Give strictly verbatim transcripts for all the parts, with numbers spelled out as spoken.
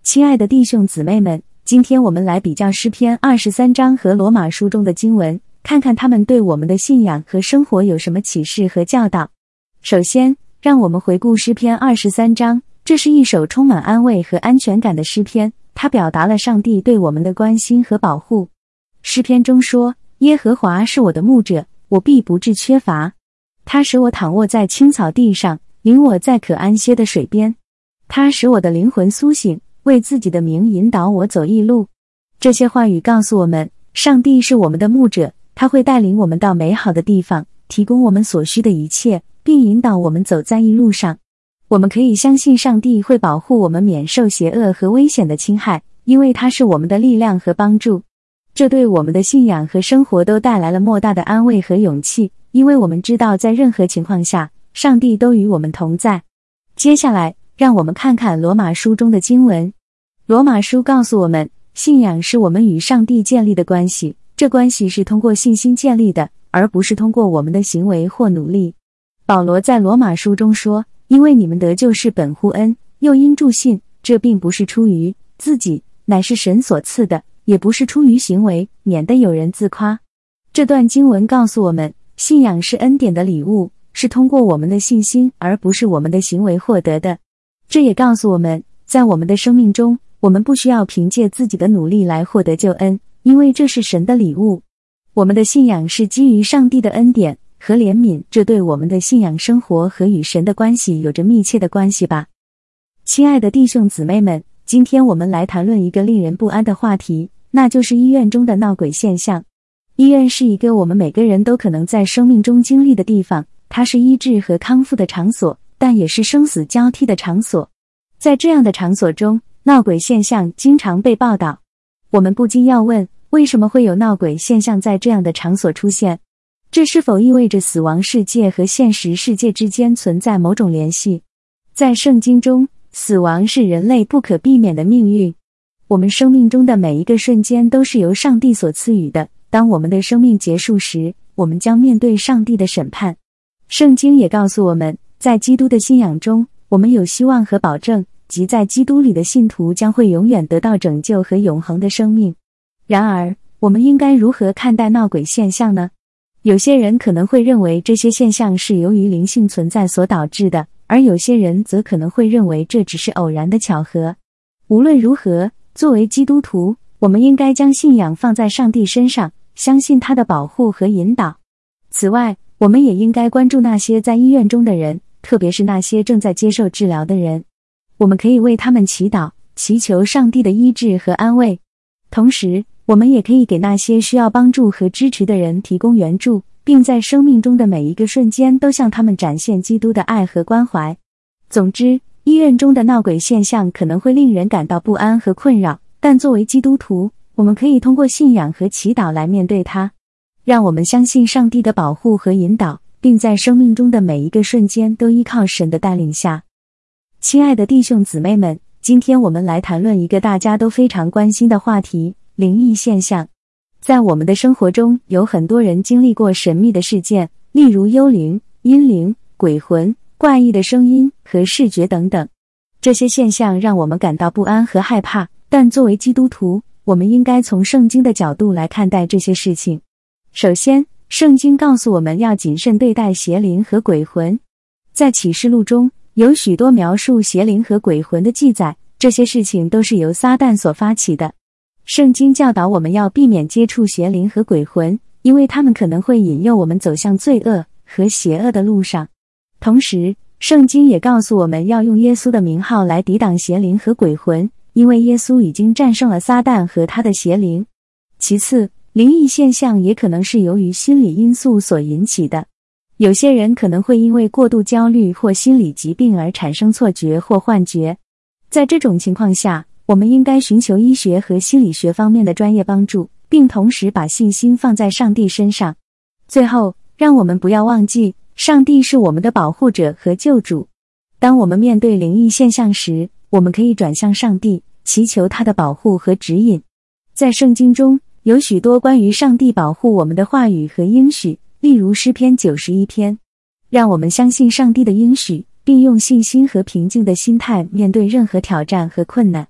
亲爱的弟兄姊妹们，今天我们来比较诗篇二十三章和罗马书中的经文，看看他们对我们的信仰和生活有什么启示和教导。首先，让我们回顾诗篇二十三章，这是一首充满安慰和安全感的诗篇，它表达了上帝对我们的关心和保护。诗篇中说，耶和华是我的牧者，我必不致缺乏。他使我躺卧在青草地上，领我在可安歇的水边。他使我的灵魂苏醒，为自己的名引导我走义路。这些话语告诉我们，上帝是我们的牧者，他会带领我们到美好的地方，提供我们所需的一切，并引导我们走在义路上。我们可以相信上帝会保护我们免受邪恶和危险的侵害，因为他是我们的力量和帮助。这对我们的信仰和生活都带来了莫大的安慰和勇气，因为我们知道在任何情况下，上帝都与我们同在。接下来，让我们看看罗马书中的经文。罗马书告诉我们，信仰是我们与上帝建立的关系，这关系是通过信心建立的，而不是通过我们的行为或努力。保罗在罗马书中说，因为你们得救是本乎恩，又因助信，这并不是出于自己，乃是神所赐的，也不是出于行为，免得有人自夸。这段经文告诉我们，信仰是恩典的礼物，是通过我们的信心，而不是我们的行为获得的。这也告诉我们，在我们的生命中，我们不需要凭借自己的努力来获得救恩，因为这是神的礼物。我们的信仰是基于上帝的恩典和怜悯，这对我们的信仰生活和与神的关系有着密切的关系吧。亲爱的弟兄姊妹们，今天我们来谈论一个令人不安的话题，那就是医院中的闹鬼现象。医院是一个我们每个人都可能在生命中经历的地方，它是医治和康复的场所，但也是生死交替的场所。在这样的场所中，闹鬼现象经常被报道。我们不禁要问，为什么会有闹鬼现象在这样的场所出现？这是否意味着死亡世界和现实世界之间存在某种联系？在圣经中，死亡是人类不可避免的命运。我们生命中的每一个瞬间都是由上帝所赐予的。当我们的生命结束时，我们将面对上帝的审判。圣经也告诉我们，在基督的信仰中，我们有希望和保证，即在基督里的信徒将会永远得到拯救和永恒的生命。然而，我们应该如何看待闹鬼现象呢？有些人可能会认为这些现象是由于灵性存在所导致的，而有些人则可能会认为这只是偶然的巧合。无论如何，作为基督徒，我们应该将信仰放在上帝身上，相信他的保护和引导。此外，我们也应该关注那些在医院中的人，特别是那些正在接受治疗的人。我们可以为他们祈祷，祈求上帝的医治和安慰。同时，我们也可以给那些需要帮助和支持的人提供援助，并在生命中的每一个瞬间都向他们展现基督的爱和关怀。总之，医院中的闹鬼现象可能会令人感到不安和困扰，但作为基督徒，我们可以通过信仰和祈祷来面对它。让我们相信上帝的保护和引导，并在生命中的每一个瞬间都依靠神的带领下。亲爱的弟兄姊妹们，今天我们来谈论一个大家都非常关心的话题，灵异现象。在我们的生活中，有很多人经历过神秘的事件，例如幽灵、阴灵、鬼魂、怪异的声音和视觉等等。这些现象让我们感到不安和害怕，但作为基督徒，我们应该从圣经的角度来看待这些事情。首先，圣经告诉我们要谨慎对待邪灵和鬼魂。在启示录中，有许多描述邪灵和鬼魂的记载，这些事情都是由撒旦所发起的。圣经教导我们要避免接触邪灵和鬼魂，因为他们可能会引诱我们走向罪恶和邪恶的路上。同时，圣经也告诉我们要用耶稣的名号来抵挡邪灵和鬼魂，因为耶稣已经战胜了撒旦和他的邪灵。其次，灵异现象也可能是由于心理因素所引起的。有些人可能会因为过度焦虑或心理疾病而产生错觉或幻觉。在这种情况下，我们应该寻求医学和心理学方面的专业帮助，并同时把信心放在上帝身上。最后，让我们不要忘记，上帝是我们的保护者和救主。当我们面对灵异现象时，我们可以转向上帝，祈求他的保护和指引。在圣经中，有许多关于上帝保护我们的话语和应许，例如诗篇九十一篇。让我们相信上帝的应许，并用信心和平静的心态面对任何挑战和困难。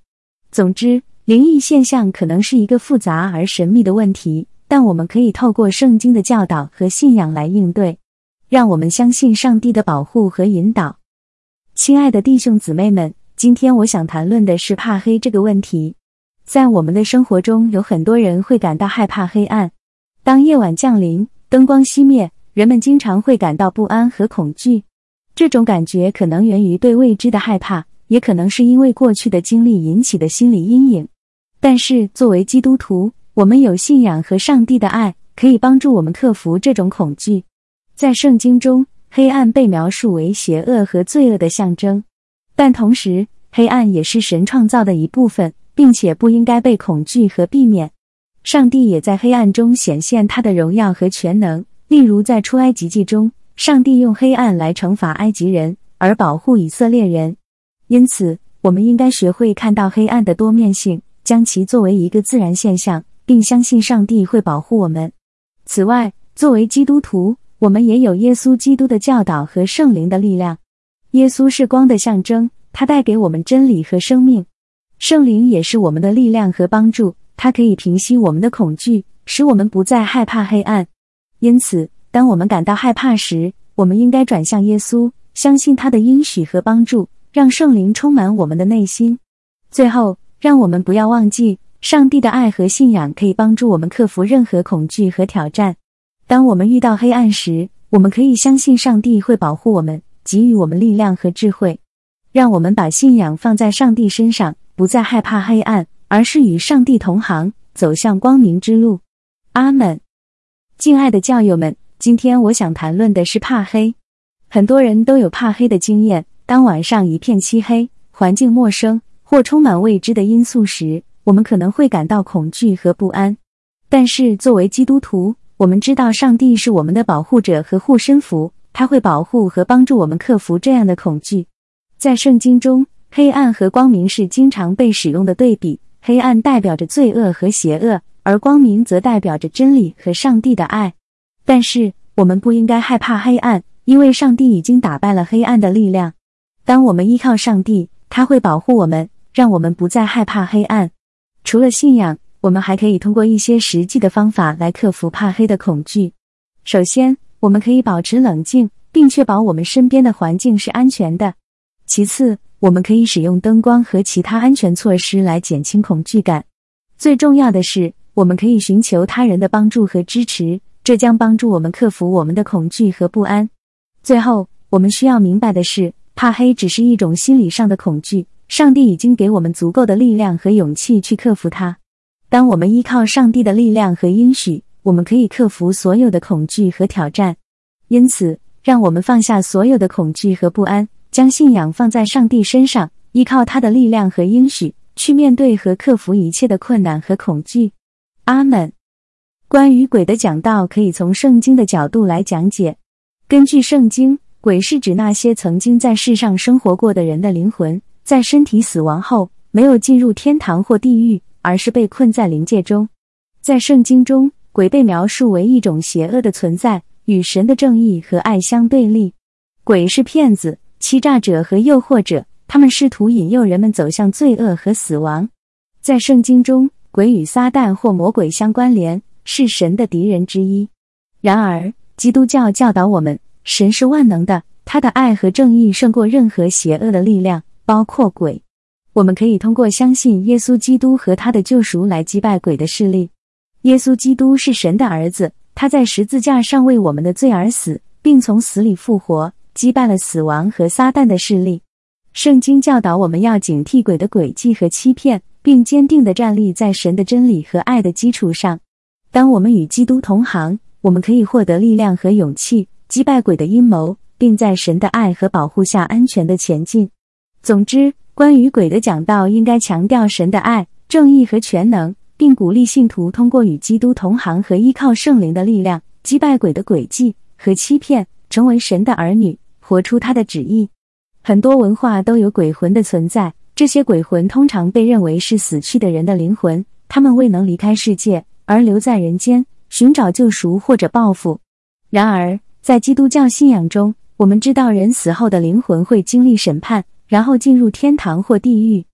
总之，灵异现象可能是一个复杂而神秘的问题，但我们可以透过圣经的教导和信仰来应对。让我们相信上帝的保护和引导。亲爱的弟兄姊妹们，今天我想谈论的是怕黑这个问题。在我们的生活中，有很多人会感到害怕黑暗。当夜晚降临，灯光熄灭，人们经常会感到不安和恐惧。这种感觉可能源于对未知的害怕，也可能是因为过去的经历引起的心理阴影。但是，作为基督徒，我们有信仰和上帝的爱，可以帮助我们克服这种恐惧。在圣经中，黑暗被描述为邪恶和罪恶的象征，但同时，黑暗也是神创造的一部分，并且不应该被恐惧和避免。上帝也在黑暗中显现他的荣耀和全能，例如在出埃及记中，上帝用黑暗来惩罚埃及人，而保护以色列人。因此，我们应该学会看到黑暗的多面性，将其作为一个自然现象，并相信上帝会保护我们。此外，作为基督徒，我们也有耶稣基督的教导和圣灵的力量。耶稣是光的象征，他带给我们真理和生命。圣灵也是我们的力量和帮助，它可以平息我们的恐惧，使我们不再害怕黑暗。因此，当我们感到害怕时，我们应该转向耶稣，相信他的应许和帮助，让圣灵充满我们的内心。最后，让我们不要忘记，上帝的爱和信仰可以帮助我们克服任何恐惧和挑战。当我们遇到黑暗时，我们可以相信上帝会保护我们，给予我们力量和智慧。让我们把信仰放在上帝身上，不再害怕黑暗，而是与上帝同行，走向光明之路。阿们。敬爱的教友们，今天我想谈论的是怕黑。很多人都有怕黑的经验，当晚上一片漆黑，环境陌生，或充满未知的因素时，我们可能会感到恐惧和不安。但是作为基督徒，我们知道上帝是我们的保护者和护身符，他会保护和帮助我们克服这样的恐惧。在圣经中，黑暗和光明是经常被使用的对比，黑暗代表着罪恶和邪恶，而光明则代表着真理和上帝的爱。但是，我们不应该害怕黑暗，因为上帝已经打败了黑暗的力量。当我们依靠上帝，他会保护我们，让我们不再害怕黑暗。除了信仰，我们还可以通过一些实际的方法来克服怕黑的恐惧。首先，我们可以保持冷静，并确保我们身边的环境是安全的。其次，我们可以使用灯光和其他安全措施来减轻恐惧感。最重要的是，我们可以寻求他人的帮助和支持，这将帮助我们克服我们的恐惧和不安。最后，我们需要明白的是，怕黑只是一种心理上的恐惧，上帝已经给我们足够的力量和勇气去克服它。当我们依靠上帝的力量和应许，我们可以克服所有的恐惧和挑战。因此，让我们放下所有的恐惧和不安，将信仰放在上帝身上，依靠他的力量和应许，去面对和克服一切的困难和恐惧。阿们。关于鬼的讲道可以从圣经的角度来讲解。根据圣经，鬼是指那些曾经在世上生活过的人的灵魂，在身体死亡后，没有进入天堂或地狱，而是被困在灵界中。在圣经中，鬼被描述为一种邪恶的存在，与神的正义和爱相对立。鬼是骗子、欺诈者和诱惑者，他们试图引诱人们走向罪恶和死亡。在圣经中，鬼与撒旦或魔鬼相关联，是神的敌人之一。然而，基督教教导我们，神是万能的，他的爱和正义胜过任何邪恶的力量，包括鬼。我们可以通过相信耶稣基督和他的救赎来击败鬼的势力。耶稣基督是神的儿子，他在十字架上为我们的罪而死，并从死里复活，击败了死亡和撒旦的势力。圣经教导我们要警惕鬼的诡计和欺骗，并坚定地站立在神的真理和爱的基础上。当我们与基督同行，我们可以获得力量和勇气，击败鬼的阴谋，并在神的爱和保护下安全地前进。总之，关于鬼的讲道应该强调神的爱、正义和全能，并鼓励信徒通过与基督同行和依靠圣灵的力量，击败鬼的诡计和欺骗，成为神的儿女，活出他的旨意。很多文化都有鬼魂的存在，这些鬼魂通常被认为是死去的人的灵魂，他们未能离开世界，而留在人间，寻找救赎或者报复。然而，在基督教信仰中，我们知道人死后的灵魂会经历审判，然后进入天堂或地狱。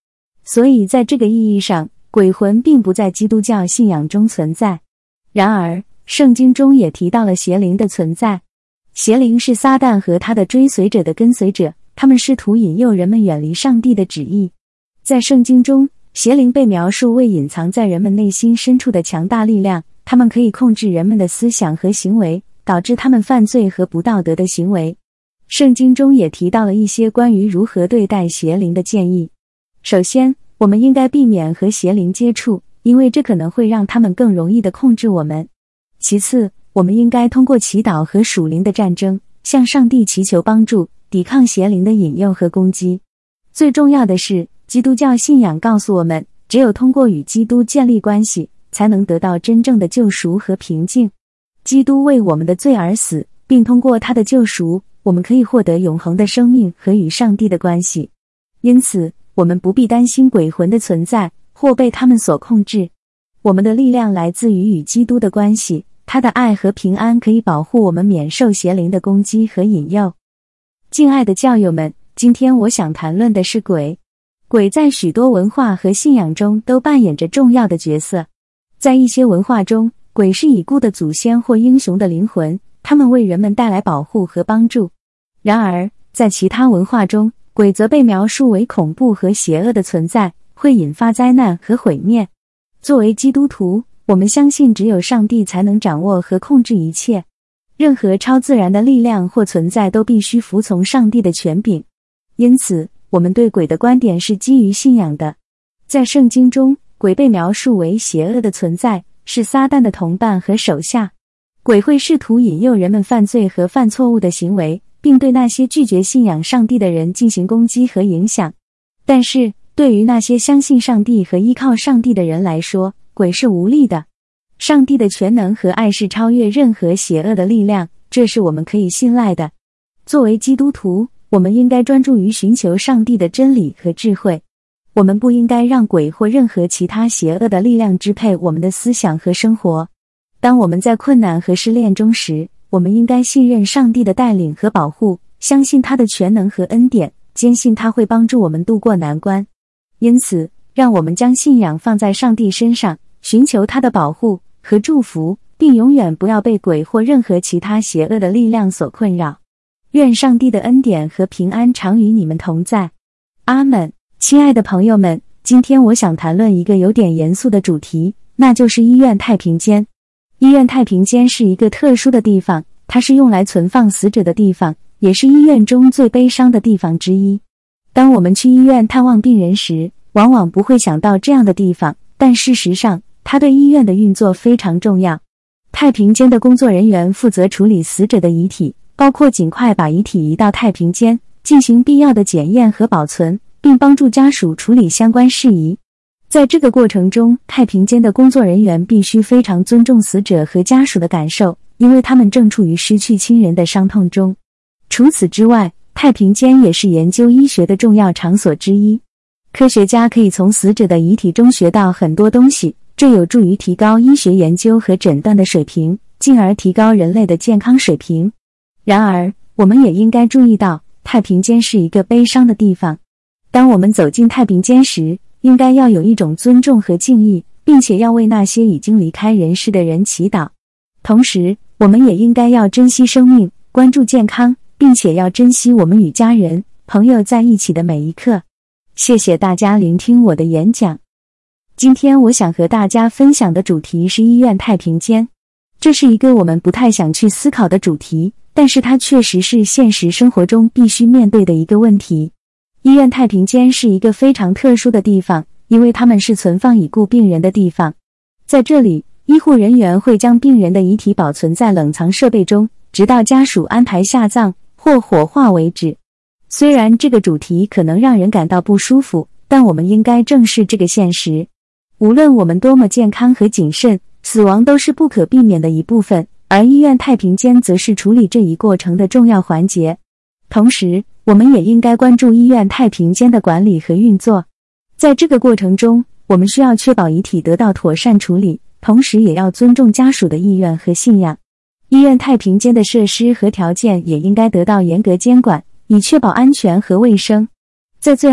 所以在这个意义上，鬼魂并不在基督教信仰中存在。然而，圣经中也提到了邪灵的存在。邪灵是撒旦和他的追随者的跟随者，他们试图引诱人们远离上帝的旨意。在圣经中，邪灵被描述为隐藏在人们内心深处的强大力量，他们可以控制人们的思想和行为，导致他们犯罪和不道德的行为。圣经中也提到了一些关于如何对待邪灵的建议。首先，我们应该避免和邪灵接触，因为这可能会让他们更容易地控制我们。其次，我们应该通过祈祷和属灵的战争，向上帝祈求帮助，抵抗邪灵的引诱和攻击。最重要的是，基督教信仰告诉我们，只有通过与基督建立关系，才能得到真正的救赎和平静。基督为我们的罪而死，并通过他的救赎，我们可以获得永恒的生命和与上帝的关系。因此，我们不必担心鬼魂的存在或被他们所控制。我们的力量来自于与基督的关系，他的爱和平安可以保护我们免受邪灵的攻击和引诱。敬爱的教友们，今天我想谈论的是鬼。鬼在许多文化和信仰中都扮演着重要的角色。在一些文化中，鬼是已故的祖先或英雄的灵魂，他们为人们带来保护和帮助。然而，在其他文化中，鬼则被描述为恐怖和邪恶的存在，会引发灾难和毁灭。作为基督徒，我们相信只有上帝才能掌握和控制一切。任何超自然的力量或存在都必须服从上帝的权柄。因此，我们对鬼的观点是基于信仰的。在圣经中，鬼被描述为邪恶的存在，是撒旦的同伴和手下。鬼会试图引诱人们犯罪和犯错误的行为，并对那些拒绝信仰上帝的人进行攻击和影响。但是，对于那些相信上帝和依靠上帝的人来说，鬼是无力的。上帝的全能和爱是超越任何邪恶的力量，这是我们可以信赖的。作为基督徒，我们应该专注于寻求上帝的真理和智慧。我们不应该让鬼或任何其他邪恶的力量支配我们的思想和生活。当我们在困难和试炼中时，我们应该信任上帝的带领和保护，相信他的全能和恩典，坚信他会帮助我们度过难关。因此，让我们将信仰放在上帝身上，寻求他的保护和祝福，并永远不要被鬼或任何其他邪恶的力量所困扰。愿上帝的恩典和平安常与你们同在。阿们。亲爱的朋友们，今天我想谈论一个有点严肃的主题，那就是医院太平间。医院太平间是一个特殊的地方，它是用来存放死者的地方，也是医院中最悲伤的地方之一。当我们去医院探望病人时，往往不会想到这样的地方，但事实上，它对医院的运作非常重要。太平间的工作人员负责处理死者的遗体，包括尽快把遗体移到太平间，进行必要的检验和保存，并帮助家属处理相关事宜。在这个过程中，太平间的工作人员必须非常尊重死者和家属的感受，因为他们正处于失去亲人的伤痛中。除此之外，太平间也是研究医学的重要场所之一。科学家可以从死者的遗体中学到很多东西，这有助于提高医学研究和诊断的水平，进而提高人类的健康水平。然而，我们也应该注意到，太平间是一个悲伤的地方。当我们走进太平间时，应该要有一种尊重和敬意，并且要为那些已经离开人世的人祈祷。同时，我们也应该要珍惜生命，关注健康，并且要珍惜我们与家人、朋友在一起的每一刻。谢谢大家聆听我的演讲。今天我想和大家分享的主题是医院太平间。这是一个我们不太想去思考的主题，但是它确实是现实生活中必须面对的一个问题。医院太平间是一个非常特殊的地方，因为它们是存放已故病人的地方。在这里，医护人员会将病人的遗体保存在冷藏设备中，直到家属安排下葬或火化为止。虽然这个主题可能让人感到不舒服，但我们应该正视这个现实。无论我们多么健康和谨慎，死亡都是不可避免的一部分，而医院太平间则是处理这一过程的重要环节。同时，我们也应该关注医院太平间的管理和运作。在这个过程中，我们需要确保遗体得到妥善处理，同时也要尊重家属的意愿和信仰。医院太平间的设施和条件也应该得到严格监管，以确保安全和卫生。在最后，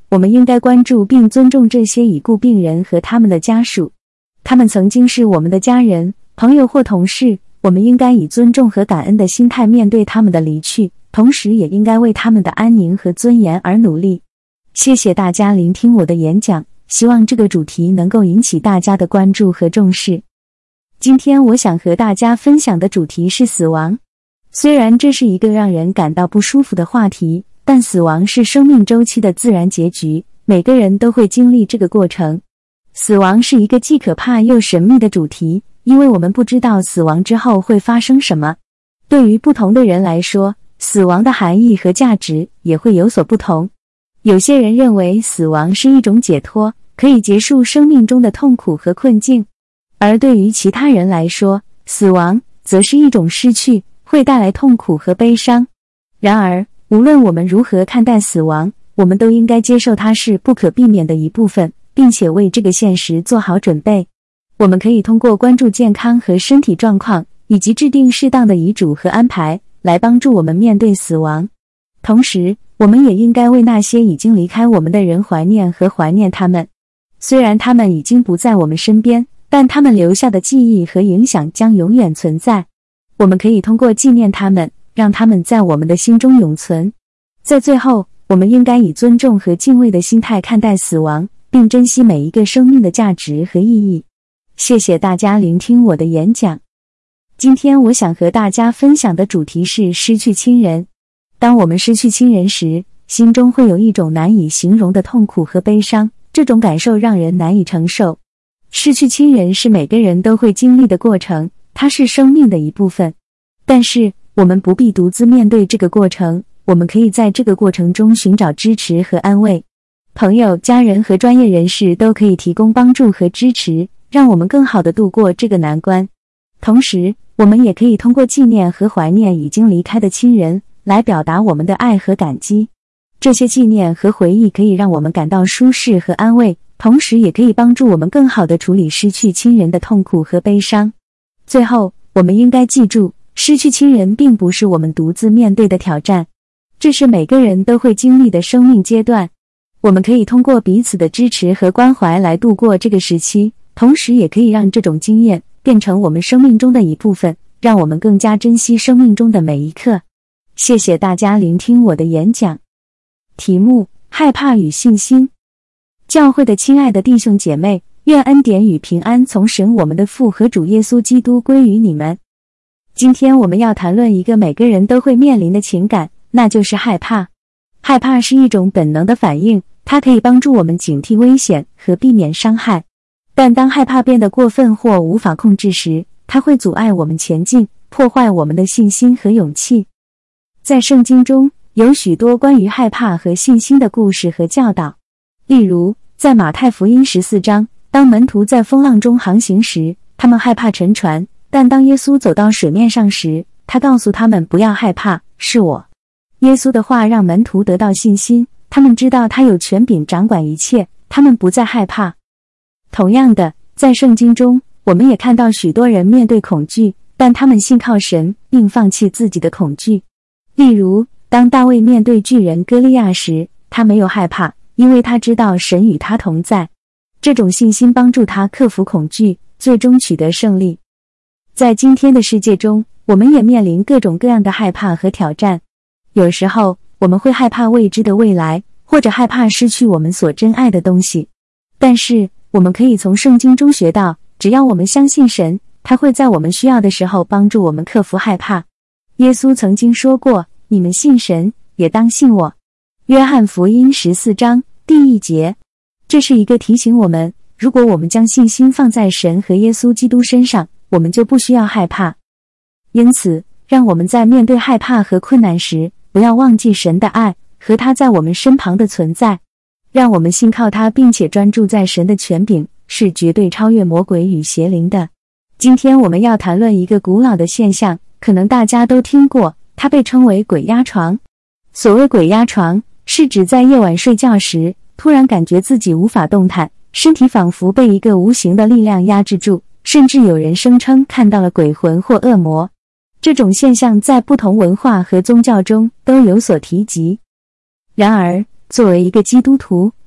我们应该关注并尊重这些已故病人和他们的家属。他们曾经是我们的家人、朋友或同事，我们应该以尊重和感恩的心态面对他们的离去，同时也应该为他们的安宁和尊严而努力。谢谢大家聆听我的演讲，希望这个主题能够引起大家的关注和重视。今天我想和大家分享的主题是死亡。虽然这是一个让人感到不舒服的话题，但死亡是生命周期的自然结局，每个人都会经历这个过程。死亡是一个既可怕又神秘的主题，因为我们不知道死亡之后会发生什么。对于不同的人来说，死亡的含义和价值也会有所不同。有些人认为死亡是一种解脱，可以结束生命中的痛苦和困境，而对于其他人来说，死亡则是一种失去，会带来痛苦和悲伤。然而，无论我们如何看待死亡，我们都应该接受它是不可避免的一部分，并且为这个现实做好准备。我们可以通过关注健康和身体状况，以及制定适当的遗嘱和安排，来帮助我们面对死亡。同时，我们也应该为那些已经离开我们的人怀念和怀念他们。虽然他们已经不在我们身边，但他们留下的记忆和影响将永远存在。我们可以通过纪念他们，让他们在我们的心中永存。在最后，我们应该以尊重和敬畏的心态看待死亡，并珍惜每一个生命的价值和意义。谢谢大家聆听我的演讲。今天我想和大家分享的主题是失去亲人。当我们失去亲人时，心中会有一种难以形容的痛苦和悲伤，这种感受让人难以承受。失去亲人是每个人都会经历的过程，它是生命的一部分。但是，我们不必独自面对这个过程，我们可以在这个过程中寻找支持和安慰。朋友、家人和专业人士都可以提供帮助和支持，让我们更好地度过这个难关。同时，我们也可以通过纪念和怀念已经离开的亲人，来表达我们的爱和感激。这些纪念和回忆可以让我们感到舒适和安慰，同时也可以帮助我们更好地处理失去亲人的痛苦和悲伤。最后，我们应该记住，失去亲人并不是我们独自面对的挑战，这是每个人都会经历的生命阶段。我们可以通过彼此的支持和关怀来度过这个时期，同时也可以让这种经验变成我们生命中的一部分，让我们更加珍惜生命中的每一刻。谢谢大家聆听我的演讲。题目：害怕与信心。教会的亲爱的弟兄姐妹，愿恩典与平安从神我们的父和主耶稣基督归于你们。今天我们要谈论一个每个人都会面临的情感，那就是害怕。害怕是一种本能的反应，它可以帮助我们警惕危险和避免伤害。但当害怕变得过分或无法控制时，它会阻碍我们前进，破坏我们的信心和勇气。在圣经中，有许多关于害怕和信心的故事和教导。例如，在马太福音十四章，当门徒在风浪中航行时，他们害怕沉船，但当耶稣走到水面上时，他告诉他们不要害怕，是我。耶稣的话让门徒得到信心，他们知道他有权柄掌管一切，他们不再害怕。同样的，在圣经中，我们也看到许多人面对恐惧，但他们信靠神，并放弃自己的恐惧。例如，当大卫面对巨人歌利亚时，他没有害怕，因为他知道神与他同在。这种信心帮助他克服恐惧，最终取得胜利。在今天的世界中，我们也面临各种各样的害怕和挑战。有时候，我们会害怕未知的未来，或者害怕失去我们所珍爱的东西。但是，我们可以从圣经中学到，只要我们相信神，他会在我们需要的时候帮助我们克服害怕。耶稣曾经说过，你们信神，也当信我。约翰福音十四章第一节。这是一个提醒我们，如果我们将信心放在神和耶稣基督身上，我们就不需要害怕。因此，让我们在面对害怕和困难时，不要忘记神的爱和他在我们身旁的存在。让我们信靠他，并且专注在神的权柄，是绝对超越魔鬼与邪灵的。今天我们要谈论一个古老的现象，可能大家都听过，它被称为鬼压床。所谓鬼压床，是指在夜晚睡觉时，突然感觉自己无法动弹，身体仿佛被一个无形的力量压制住，甚至有人声称看到了鬼魂或恶魔。这种现象在不同文化和宗教中都有所提及。然而，作为一个基督徒，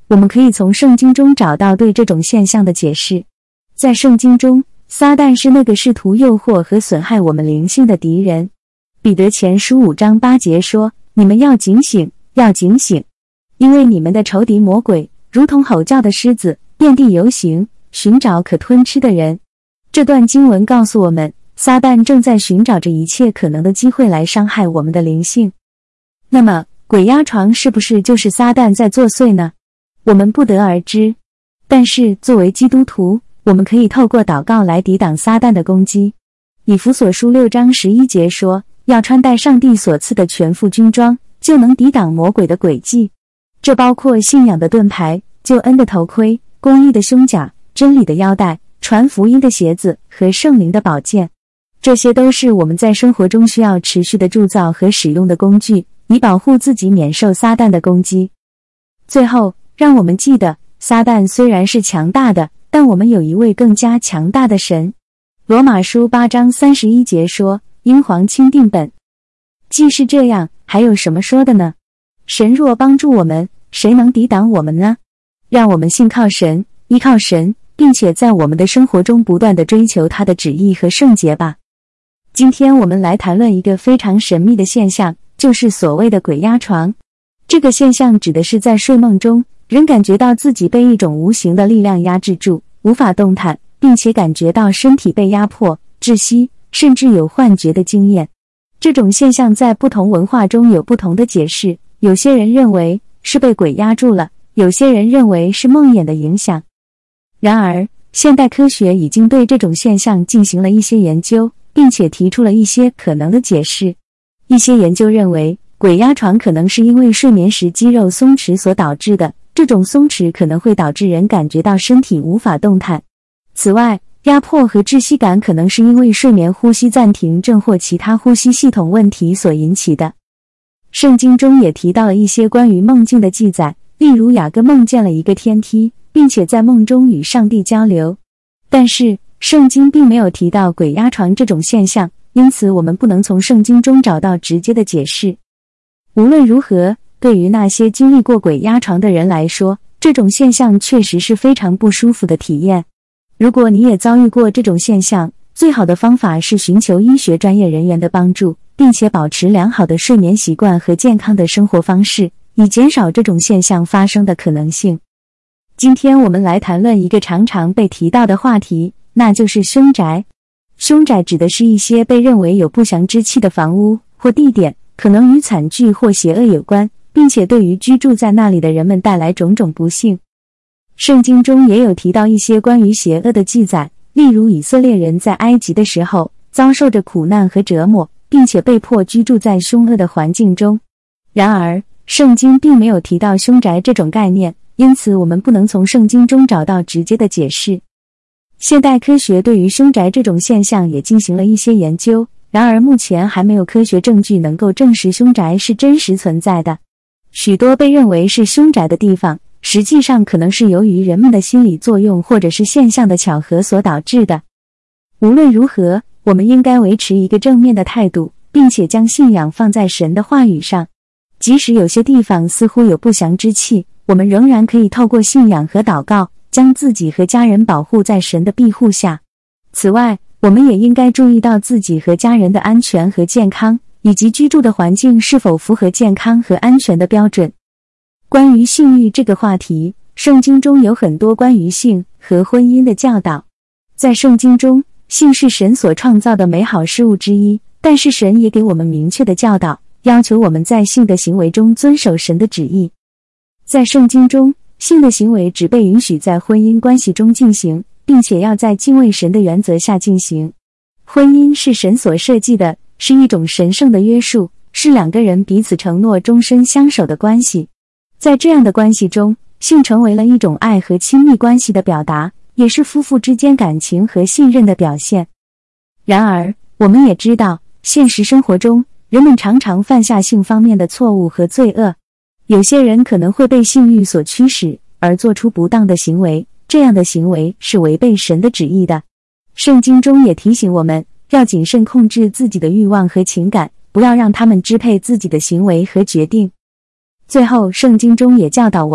我们可以从圣经中找到对这种现象的解释。在圣经中，撒旦是那个试图诱惑和损害我们灵性的敌人。彼得前书五章八节说：你们要警醒，要警醒，因为你们的仇敌魔鬼如同吼叫的狮子，遍地游行，寻找可吞吃的人。这段经文告诉我们，撒旦正在寻找着一切可能的机会来伤害我们的灵性。那么，鬼压床是不是就是撒旦在作祟呢？我们不得而知。但是，作为基督徒，我们可以透过祷告来抵挡撒旦的攻击。以弗所书六章十一节说，要穿戴上帝所赐的全副军装，就能抵挡魔鬼的诡计。这包括信仰的盾牌、救恩的头盔、公义的胸甲、真理的腰带、传福音的鞋子和圣灵的宝剑。这些都是我们在生活中需要持续的铸造和使用的工具，以保护自己免受撒旦的攻击。最后，让我们记得，撒旦虽然是强大的，但我们有一位更加强大的神。罗马书八章三十一节说，英皇钦定本。既是这样，还有什么说的呢？神若帮助我们，谁能抵挡我们呢？让我们信靠神，依靠神，并且在我们的生活中不断地追求他的旨意和圣洁吧。今天我们来谈论一个非常神秘的现象，就是所谓的鬼压床。这个现象指的是在睡梦中，人感觉到自己被一种无形的力量压制住，无法动弹，并且感觉到身体被压迫、窒息，甚至有幻觉的经验。这种现象在不同文化中有不同的解释，有些人认为是被鬼压住了，有些人认为是梦魇的影响。然而，现代科学已经对这种现象进行了一些研究，并且提出了一些可能的解释。一些研究认为，鬼压床可能是因为睡眠时肌肉松弛所导致的，这种松弛可能会导致人感觉到身体无法动弹。此外，压迫和窒息感可能是因为睡眠呼吸暂停症或其他呼吸系统问题所引起的。圣经中也提到了一些关于梦境的记载，例如雅各梦见了一个天梯，并且在梦中与上帝交流。但是，圣经并没有提到鬼压床这种现象，因此我们不能从圣经中找到直接的解释。无论如何，对于那些经历过鬼压床的人来说，这种现象确实是非常不舒服的体验。如果你也遭遇过这种现象，最好的方法是寻求医学专业人员的帮助，并且保持良好的睡眠习惯和健康的生活方式，以减少这种现象发生的可能性。今天我们来谈论一个常常被提到的话题，那就是凶宅。凶宅指的是一些被认为有不祥之气的房屋或地点，可能与惨剧或邪恶有关，并且对于居住在那里的人们带来种种不幸。圣经中也有提到一些关于邪恶的记载，例如以色列人在埃及的时候遭受着苦难和折磨，并且被迫居住在凶恶的环境中。然而，圣经并没有提到凶宅这种概念，因此我们不能从圣经中找到直接的解释。现代科学对于凶宅这种现象也进行了一些研究，然而目前还没有科学证据能够证实凶宅是真实存在的。许多被认为是凶宅的地方，实际上可能是由于人们的心理作用或者是现象的巧合所导致的。无论如何，我们应该维持一个正面的态度，并且将信仰放在神的话语上。即使有些地方似乎有不祥之气，我们仍然可以透过信仰和祷告，将自己和家人保护在神的庇护下。此外，我们也应该注意到自己和家人的安全和健康，以及居住的环境是否符合健康和安全的标准。关于性欲这个话题，圣经中有很多关于性和婚姻的教导。在圣经中，性是神所创造的美好事物之一，但是神也给我们明确的教导，要求我们在性的行为中遵守神的旨意。在圣经中，性的行为只被允许在婚姻关系中进行，并且要在敬畏神的原则下进行。婚姻是神所设计的，是一种神圣的约束，是两个人彼此承诺终身相守的关系。在这样的关系中，性成为了一种爱和亲密关系的表达，也是夫妇之间感情和信任的表现。然而，我们也知道，现实生活中，人们常常犯下性方面的错误和罪恶。有些人可能会被性欲所驱使，而做出不当的行为，这样的行为是违背神的旨意的。圣经中也提醒我们，要谨慎控制自己的欲望和情感，不要让他们支配自己的行为和决定。最后，圣经中也教导我们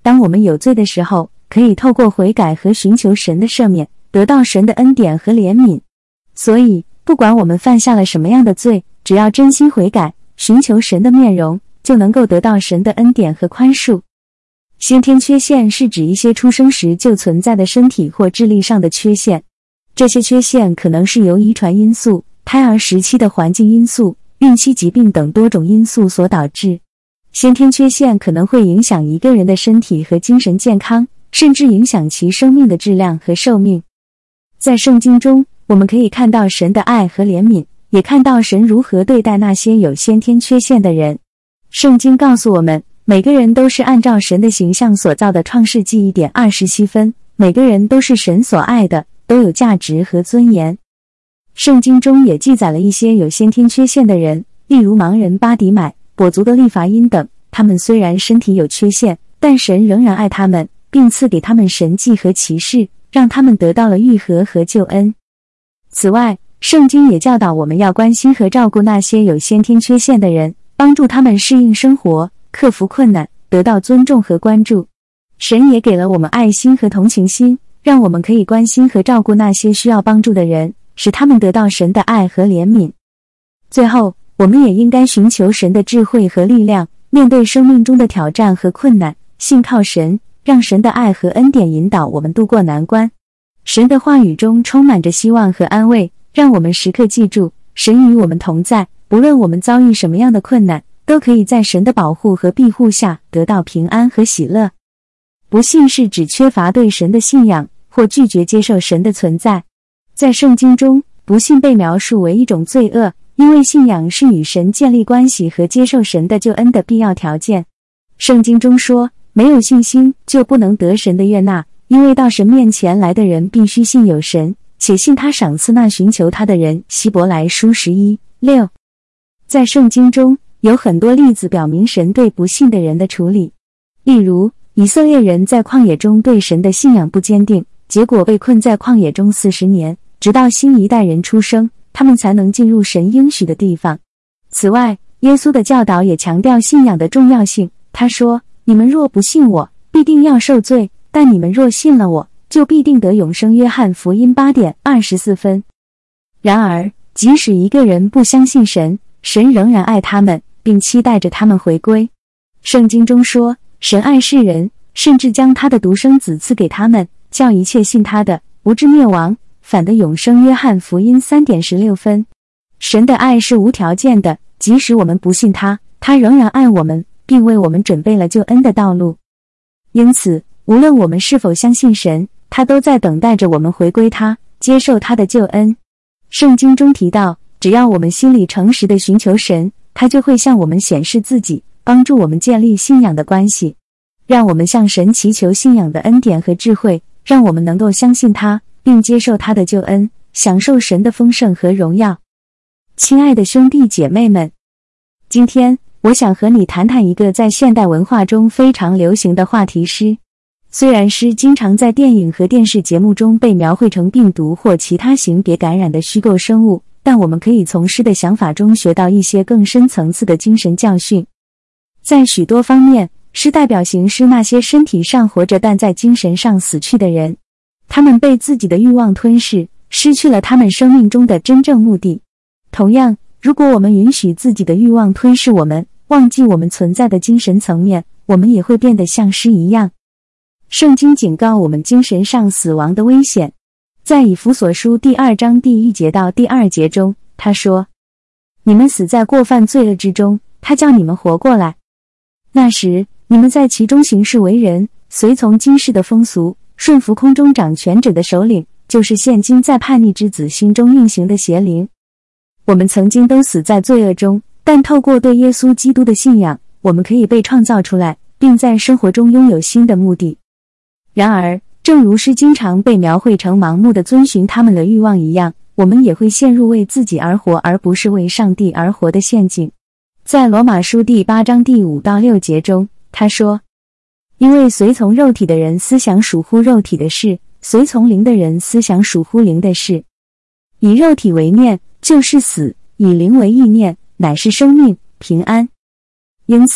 当我们有罪的时候，可以透过悔改和寻求神的赦免，得到神的恩典和怜悯。所以，不管我们犯下了什么样的罪，只要真心悔改，寻求神的面容，就能够得到神的恩典和宽恕。先天缺陷是指一些出生时就存在的身体或智力上的缺陷，这些缺陷可能是由遗传因素、胎儿时期的环境因素、孕期疾病等多种因素所导致。先天缺陷可能会影响一个人的身体和精神健康，甚至影响其生命的质量和寿命。在圣经中，我们可以看到神的爱和怜悯，也看到神如何对待那些有先天缺陷的人。圣经告诉我们，每个人都是按照神的形象所造的，创世纪一点二十七分，每个人都是神所爱的，都有价值和尊严。圣经中也记载了一些有先天缺陷的人，例如盲人巴底买、跛足的利乏音等，他们虽然身体有缺陷，但神仍然爱他们，并赐给他们神迹和奇事，让他们得到了愈合和救恩。此外，圣经也教导我们要关心和照顾那些有先天缺陷的人，帮助他们适应生活，克服困难，得到尊重和关注。神也给了我们爱心和同情心，让我们可以关心和照顾那些需要帮助的人，使他们得到神的爱和怜悯。最后，我们也应该寻求神的智慧和力量，面对生命中的挑战和困难，信靠神，让神的爱和恩典引导我们度过难关。神的话语中充满着希望和安慰，让我们时刻记住，神与我们同在，不论我们遭遇什么样的困难，都可以在神的保护和庇护下得到平安和喜乐。不信是指缺乏对神的信仰，或拒绝接受神的存在。在圣经中，不信被描述为一种罪恶，因为信仰是与神建立关系和接受神的救恩的必要条件。圣经中说，没有信心就不能得神的悦纳，因为到神面前来的人必须信有神，且信他赏赐那寻求他的人。希伯来书十一六。在圣经中有很多例子表明神对不信的人的处理，例如以色列人在旷野中对神的信仰不坚定，结果被困在旷野中四十年，直到新一代人出生，他们才能进入神应许的地方。此外，耶稣的教导也强调信仰的重要性。他说，你们若不信我，必定要受罪，但你们若信了我，就必定得永生。约翰福音八点二十四分。然而，即使一个人不相信神，神仍然爱他们，并期待着他们回归。圣经中说，神爱世人，甚至将他的独生子赐给他们，叫一切信他的，不至灭亡，反得永生。约翰福音三点十六分。神的爱是无条件的，即使我们不信他，他仍然爱我们，并为我们准备了救恩的道路。因此，无论我们是否相信神，他都在等待着我们回归他，接受他的救恩。圣经中提到，只要我们心里诚实地寻求神，他就会向我们显示自己，帮助我们建立信仰的关系。让我们向神祈求信仰的恩典和智慧，让我们能够相信他，并接受他的救恩，享受神的丰盛和荣耀。亲爱的兄弟姐妹们，今天我想和你谈谈一个在现代文化中非常流行的话题——诗。虽然诗经常在电影和电视节目中被描绘成病毒或其他性别感染的虚构生物，但我们可以从诗的想法中学到一些更深层次的精神教训。在许多方面，诗代表形式那些身体上活着但在精神上死去的人，他们被自己的欲望吞噬，失去了他们生命中的真正目的。同样，如果我们允许自己的欲望吞噬我们，忘记我们存在的精神层面，我们也会变得像诗一样。圣经警告我们精神上死亡的危险。在以弗所书第二章第一节到第二节中，他说：你们死在过犯罪恶之中，他叫你们活过来。那时，你们在其中行事为人，随从今世的风俗，顺服空中掌权者的首领，就是现今在叛逆之子心中运行的邪灵。我们曾经都死在罪恶中，但透过对耶稣基督的信仰，我们可以被创造出来，并在生活中拥有新的目的。然而，正如诗经常被描绘成盲目的遵循他们的欲望一样，我们也会陷入为自己而活而不是为上帝而活的陷阱。在罗马书第八章第五到六节中，他说：因为随从肉体的人思想属乎肉体的事，随从灵的人思想属乎灵的事。以肉体为念，就是死；以灵为意念，乃是生命、平安。因此，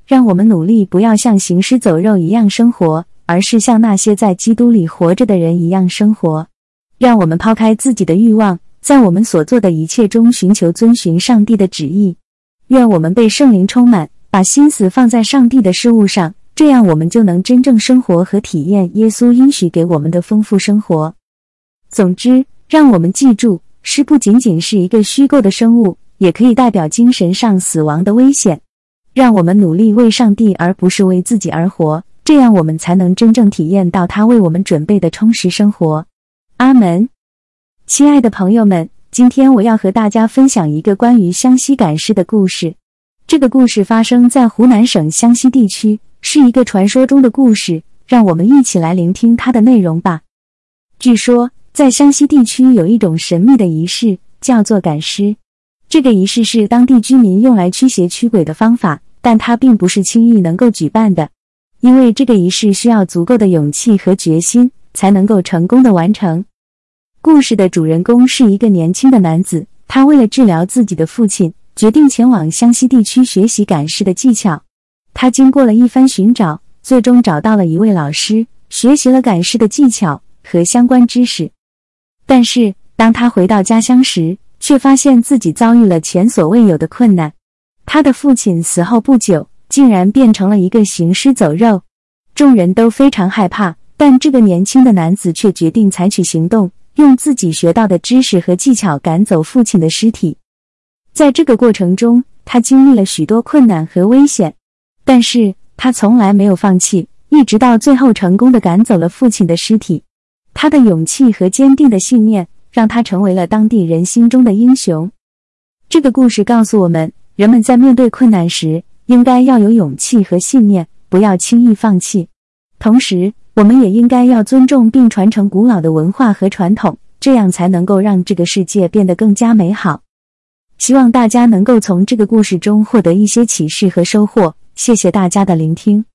让我们努力不要像行尸走肉一样生活，而是像那些在基督里活着的人一样生活。让我们抛开自己的欲望，在我们所做的一切中寻求遵循上帝的旨意。愿我们被圣灵充满，把心思放在上帝的事物上，这样我们就能真正生活和体验耶稣应许给我们的丰富生活。总之，让我们记住，诗不仅仅是一个虚构的生物，也可以代表精神上死亡的危险。让我们努力为上帝而不是为自己而活，这样我们才能真正体验到他为我们准备的充实生活。阿们。亲爱的朋友们，今天我要和大家分享一个关于湘西赶尸的故事。这个故事发生在湖南省湘西地区，是一个传说中的故事，让我们一起来聆听它的内容吧。据说，在湘西地区有一种神秘的仪式，叫做赶尸。这个仪式是当地居民用来驱邪驱鬼的方法，但它并不是轻易能够举办的，因为这个仪式需要足够的勇气和决心，才能够成功的完成。故事的主人公是一个年轻的男子，他为了治疗自己的父亲，决定前往湘西地区学习赶尸的技巧。他经过了一番寻找，最终找到了一位老师，学习了赶尸的技巧和相关知识。但是，当他回到家乡时，却发现自己遭遇了前所未有的困难。他的父亲死后不久，竟然变成了一个行尸走肉。众人都非常害怕，但这个年轻的男子却决定采取行动，用自己学到的知识和技巧赶走父亲的尸体。在这个过程中，他经历了许多困难和危险，但是他从来没有放弃，一直到最后成功地赶走了父亲的尸体。他的勇气和坚定的信念让他成为了当地人心中的英雄。这个故事告诉我们，人们在面对困难时，应该要有勇气和信念，不要轻易放弃。同时，我们也应该要尊重并传承古老的文化和传统，这样才能够让这个世界变得更加美好。希望大家能够从这个故事中获得一些启示和收获。谢谢大家的聆听。